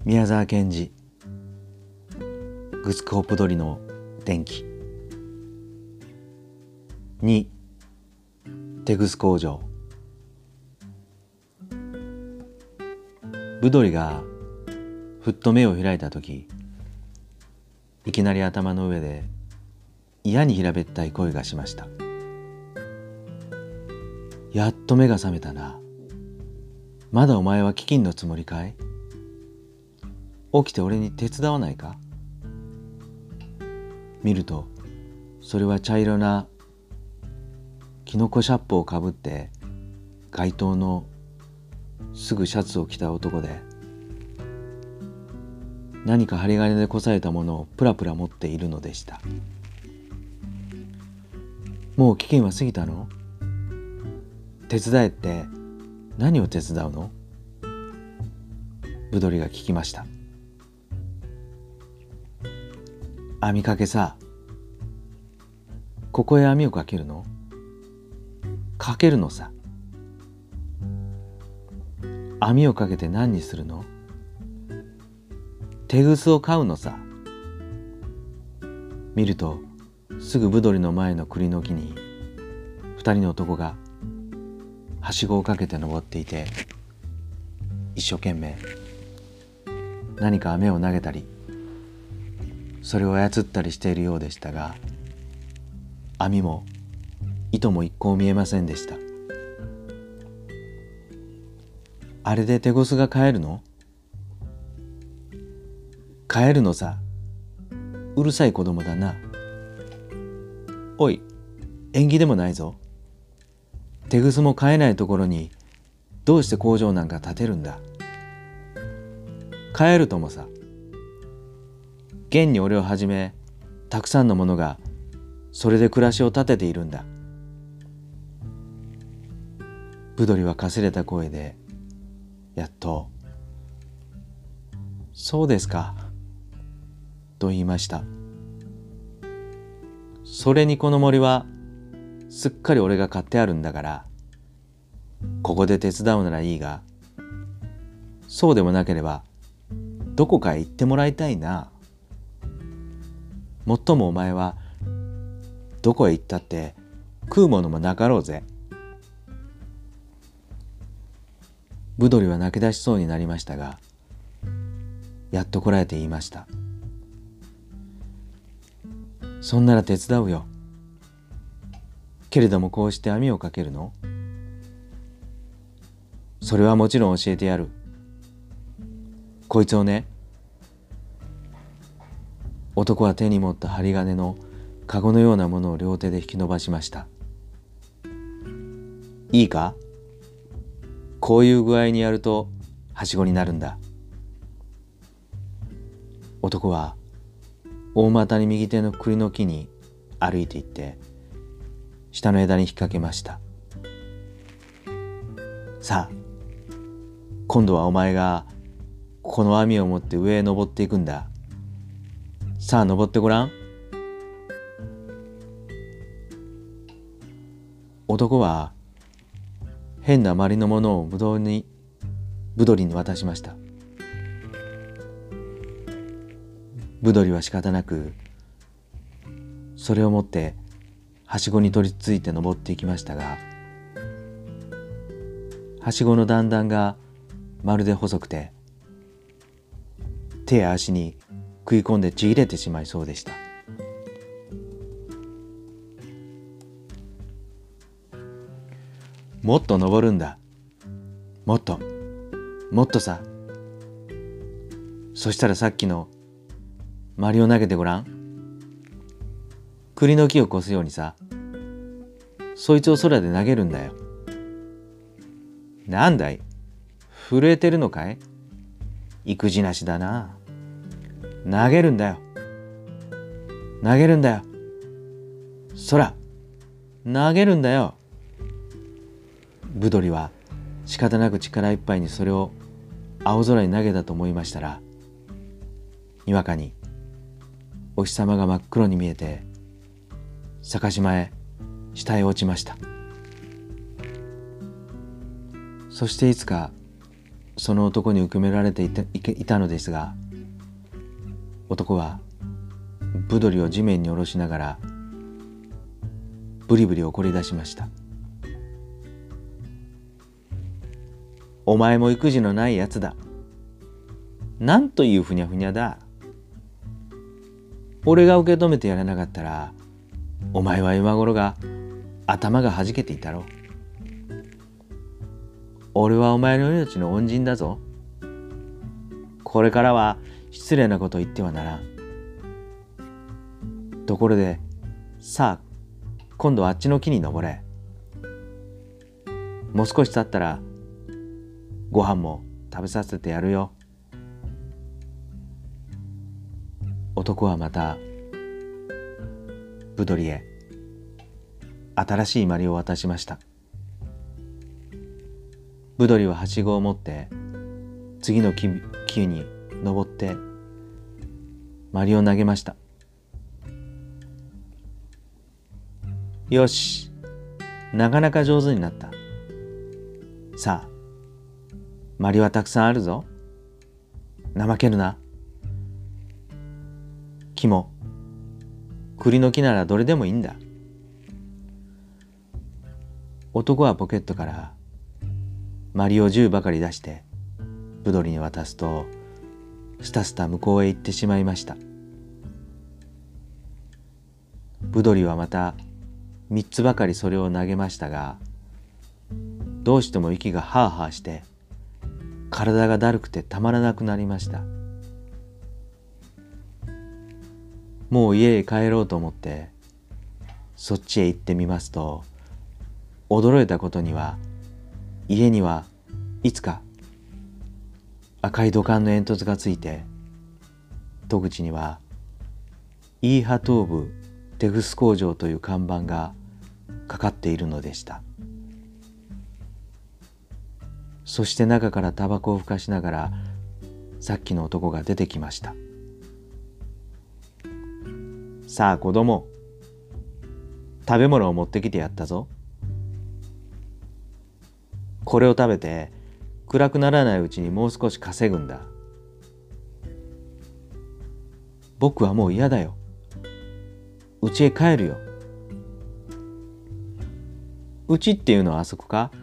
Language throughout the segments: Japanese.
宮沢賢治、グスクホップ鳥の天気。2、テグス工場。ブドリがふっと目を開いたとき、いきなり頭の上で嫌に平べったい声がしました。やっと目が覚めたな。まだお前は飢饉のつもりかい？起きて俺に手伝わないか？見ると、それは茶色なキノコシャップをかぶって街灯のすぐシャツを着た男で、何か針金でこさえたものをプラプラ持っているのでした。もう飢饉は過ぎたの？手伝えって何を手伝うの？ブドリが聞きました。網かけさ。ここへ網をかけるの？かけるのさ。網をかけて何にするの？テグスを飼うのさ。見るとすぐブドリの前の栗の木に二人の男がはしごをかけて登っていて、一生懸命何か網を投げたりそれを操ったりしているようでしたが、網も糸も一向見えませんでした。あれでテゴスが飼えるの？飼えるのさ。うるさい子供だな。おい、縁起でもないぞ。テグスも飼えないところにどうして工場なんか建てるんだ。飼えるともさ。現に俺をはじめたくさんの者がそれで暮らしを立てているんだ。ブドリはかすれた声でやっと「そうですか」と言いました。それにこの森はすっかり俺が買ってあるんだから、ここで手伝うならいいが、そうでもなければどこかへ行ってもらいたいな。もっともお前はどこへ行ったって食うものもなかろうぜ。ブドリは泣き出しそうになりましたが、やっとこらえて言いました。そんなら手伝うよ。けれどもこうして網をかけるの？それはもちろん教えてやる。こいつをね。男は手に持った針金のかごのようなものを両手で引き伸ばしました。いいか？こういう具合にやるとはしごになるんだ。男は大股に右手の栗の木に歩いていって下の枝に引っ掛けました。さあ、今度はお前がこの網を持って上へ登っていくんだ。さあ登ってごらん。男は変なまりのものをブドリに渡しました。ブドリは仕方なくそれを持ってはしごに取り付いて登っていきましたが、はしごの段々がまるで細くて手や足に食い込んでちぎれてしまいそうでした。もっと登るんだ。もっと、もっとさ。そしたらさっきのまりを投げてごらん。栗の木を越すようにさ。そいつを空で投げるんだよ。なんだい、震えてるのかい？育児なしだな。投げるんだよ。投げるんだよ。空、投げるんだよ。ブドリは仕方なく力いっぱいにそれを青空に投げたと思いましたら、にわかにお日様が真っ黒に見えて坂島へ下へ落ちました。そしていつかその男に受け止められていたのですが、男はブドリを地面に下ろしながらブリブリ怒り出しました。お前も育児のないやつだ。なんというふにゃふにゃだ。俺が受け止めてやらなかったら、お前は今頃が頭がはじけていたろう。俺はお前の命の恩人だぞ。これからは失礼なこと言ってはならん。ところで、さあ、今度はあっちの木に登れ。もう少し経ったら、ご飯も食べさせてやるよ。男はまたブドリへ新しい鞠を渡しました。ブドリははしごを持って次の木に登って鞠を投げました。よし、なかなか上手になった。さあ、鞠はたくさんあるぞ。怠けるな。木も栗の木ならどれでもいいんだ。男はポケットから鞠を10ばかり出してブドリに渡すと、スタスタ向こうへ行ってしまいました。ブドリはまた3つばかりそれを投げましたが、どうしても息がハーハーして体がだるくてたまらなくなりました。もう家へ帰ろうと思ってそっちへ行ってみますと、驚いたことには家にはいつか赤い土管の煙突がついて、戸口にはイーハトーブテグス工場という看板がかかっているのでした。そして中からタバコをふかしながらさっきの男が出てきました。さあ子供、食べ物を持ってきてやったぞ。これを食べて暗くならないうちにもう少し稼ぐんだ。僕はもう嫌だよ。家へ帰るよ。家っていうのはあそこか？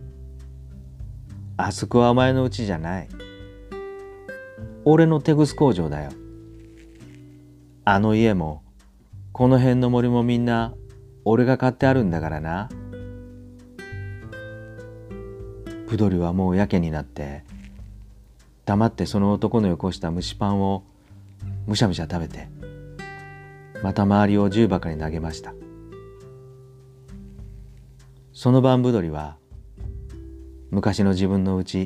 あそこはお前の家じゃない。俺のテグス工場だよ。あの家もこの辺の森もみんな俺が買ってあるんだからな。プドリはもうやけになって黙ってその男のよこした蒸しパンをむしゃむしゃ食べて、また周りを10ばかり投げました。その晩ブドリは昔の自分の家、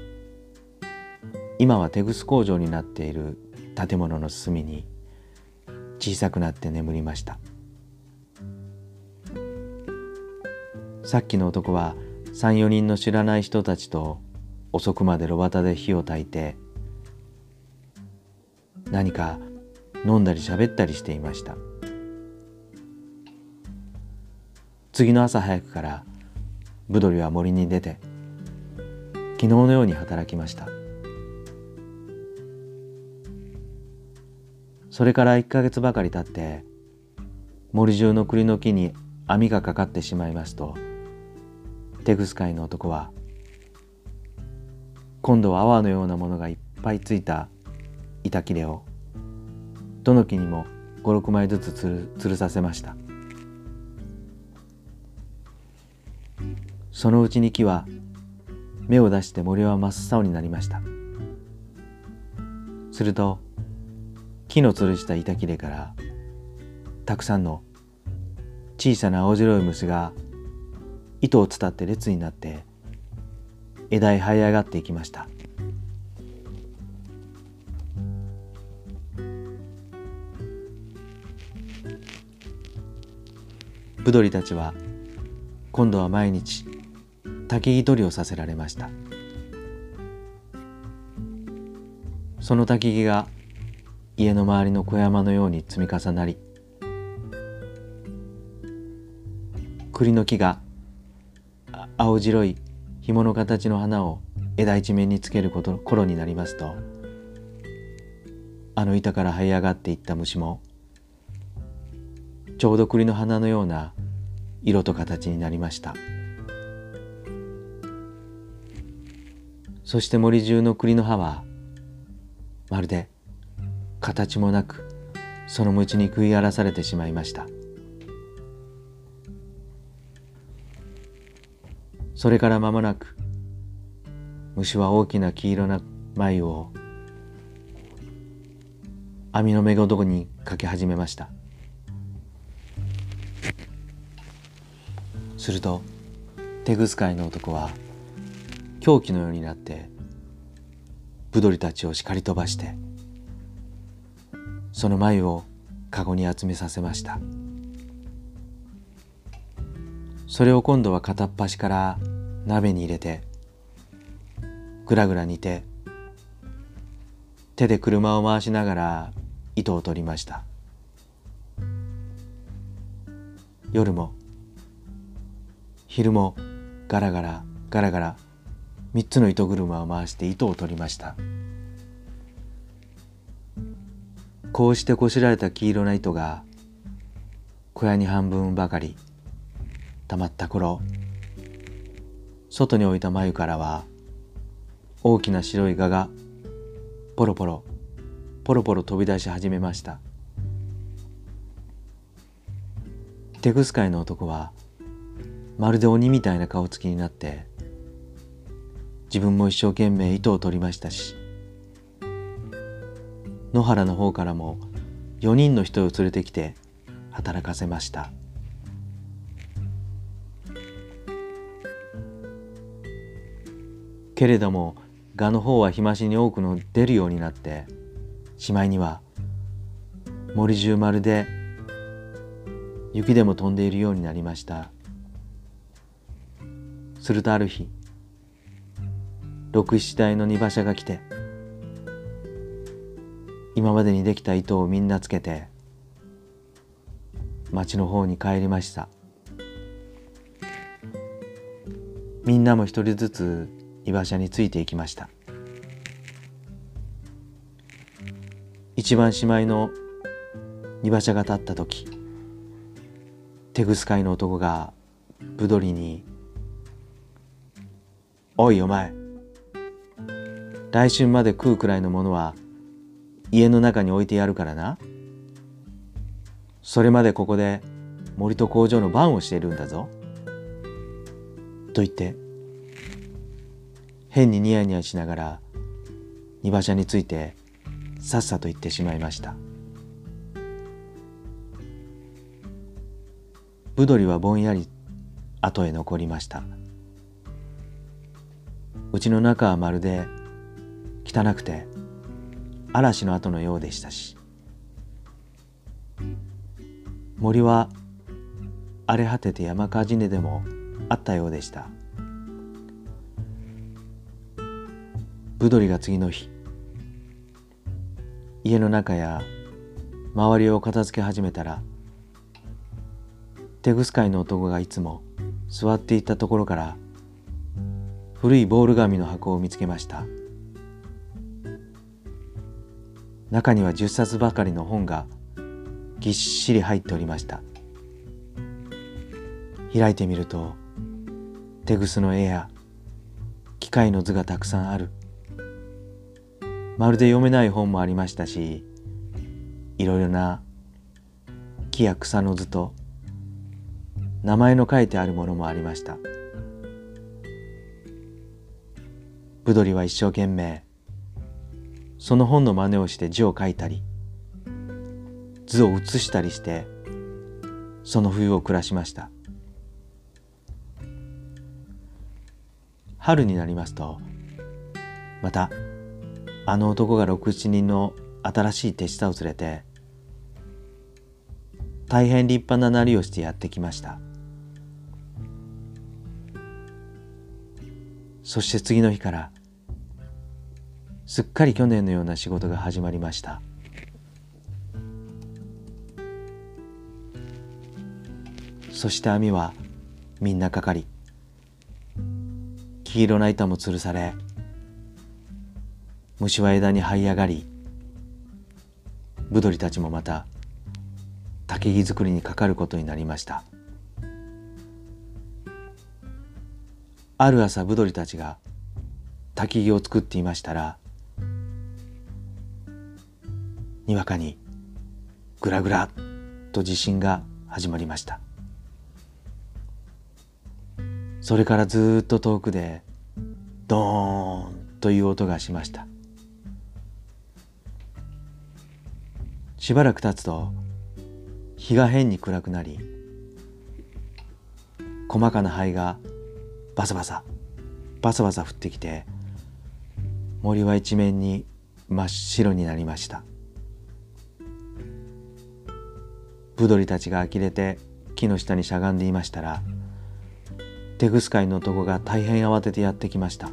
今はテグス工場になっている建物の隅に小さくなって眠りました。さっきの男は3、4人の知らない人たちと遅くまで炉端で火を焚いて何か飲んだり喋ったりしていました。次の朝早くからブドリは森に出て昨日のように働きました。それから1ヶ月ばかり経って森中の栗の木に網がかかってしまいますと、テグス界の男は今度は泡のようなものがいっぱいついた板切れをどの木にも5、6枚ずつ吊るさせました。そのうちに木は芽を出して森は真っ青になりました。すると木の吊るした板切れからたくさんの小さな青白い虫が糸を伝って列になって枝へ這い上がっていきました。ブドリたちは今度は毎日焚き木取りをさせられました。その焚き木が家の周りの小山のように積み重なり、栗の木が青白い紐の形の花を枝一面につける頃になりますと、あの板から這い上がっていった虫もちょうど栗の花のような色と形になりました。そして森中の栗の葉はまるで形もなくその虫に食い荒らされてしまいました。それから間もなく虫は大きな黄色な繭を網の目ごとにかけ始めました。するとテグスカイの男は狂気のようになってブドリたちを叱り飛ばしてその繭をかごに集めさせました。それを今度は片っ端から鍋に入れてぐらぐら煮て手で車を回しながら糸を取りました。夜も昼もガラガラガラガラ3つの糸車を回して糸を取りました。こうしてこしられた黄色な糸が小屋に半分ばかりたまった頃、外に置いた繭からは大きな白い蛾がポロポロポロポロ飛び出し始めました。テグスカイの男はまるで鬼みたいな顔つきになって自分も一生懸命糸を取りましたし、野原の方からも4人の人を連れてきて働かせました。けれども蛾の方は日増しに多くの出るようになってしまいには森中まるで雪でも飛んでいるようになりました。するとある日6、7台の荷馬車が来て今までにできた糸をみんなつけて町の方に帰りました。みんなも一人ずつ荷馬車についていきました。一番しまいの荷馬車が立った時、テグスカイの男がブドリに「おいお前、来春まで食うくらいのものは家の中に置いてやるからな。それまでここで森と工場の番をしているんだぞ」と言って変にニヤニヤしながら荷馬車についてさっさと行ってしまいました。ブドリはぼんやり後へ残りました。うちの中はまるで汚くて嵐の後のようでしたし、森は荒れ果てて山火事ねでもあったようでした。ブドリが次の日家の中や周りを片付け始めたら、テグスカイの男がいつも座っていたところから古いボール紙の箱を見つけました。中には10冊ばかりの本がぎっしり入っておりました。開いてみるとテグスの絵や機械の図がたくさんある。まるで読めない本もありましたし、いろいろな木や草の図と名前の書いてあるものもありました。ブドリは一生懸命その本の真似をして字を書いたり図を写したりしてその冬を暮らしました。春になりますとまたあの男が6、7人の新しい手下を連れて大変立派ななりをしてやってきました。そして次の日からすっかり去年のような仕事が始まりました。そして網はみんなかかり、黄色な板も吊るされ、 虫は枝に這い上がり、ブドリたちもまた焚き木作りにかかることになりました。ある朝、ブドリたちが焚き木を作っていましたら、にわかにグラグラと地震が始まりました。それからずっと遠くでドーンという音がしました。しばらく経つと日が変に暗くなり、細かな灰がバサバサバサバサ降ってきて、森は一面に真っ白になりました。ブドリたちが呆れて木の下にしゃがんでいましたら、テグスカイの男が大変慌ててやってきました。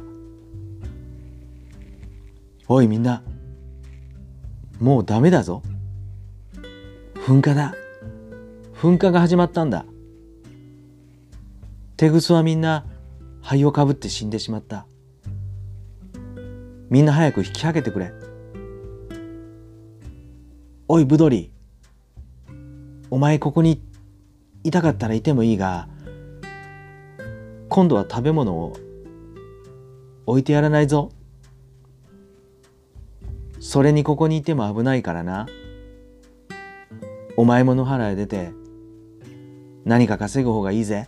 おいみんな、もうダメだぞ。噴火だ。噴火が始まったんだ。テグスはみんな灰をかぶって死んでしまった。みんな早く引き上げてくれ。おいブドリ、お前ここにいたかったらいてもいいが、今度は食べ物を置いてやらないぞ。それにここにいても危ないからな。お前も野原へ出て何か稼ぐ方がいいぜ。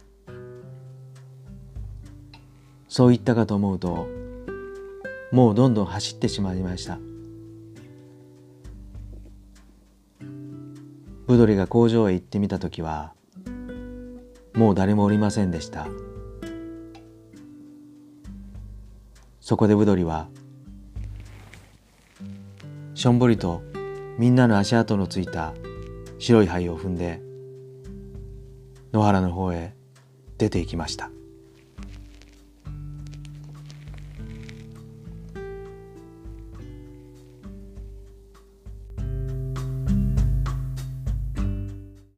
そう言ったかと思うと、もうどんどん走ってしまいました。ブドリが工場へ行ってみたときは、もう誰もおりませんでした。そこでブドリはしょんぼりとみんなの足跡のついた白い灰を踏んで野原の方へ出て行きました。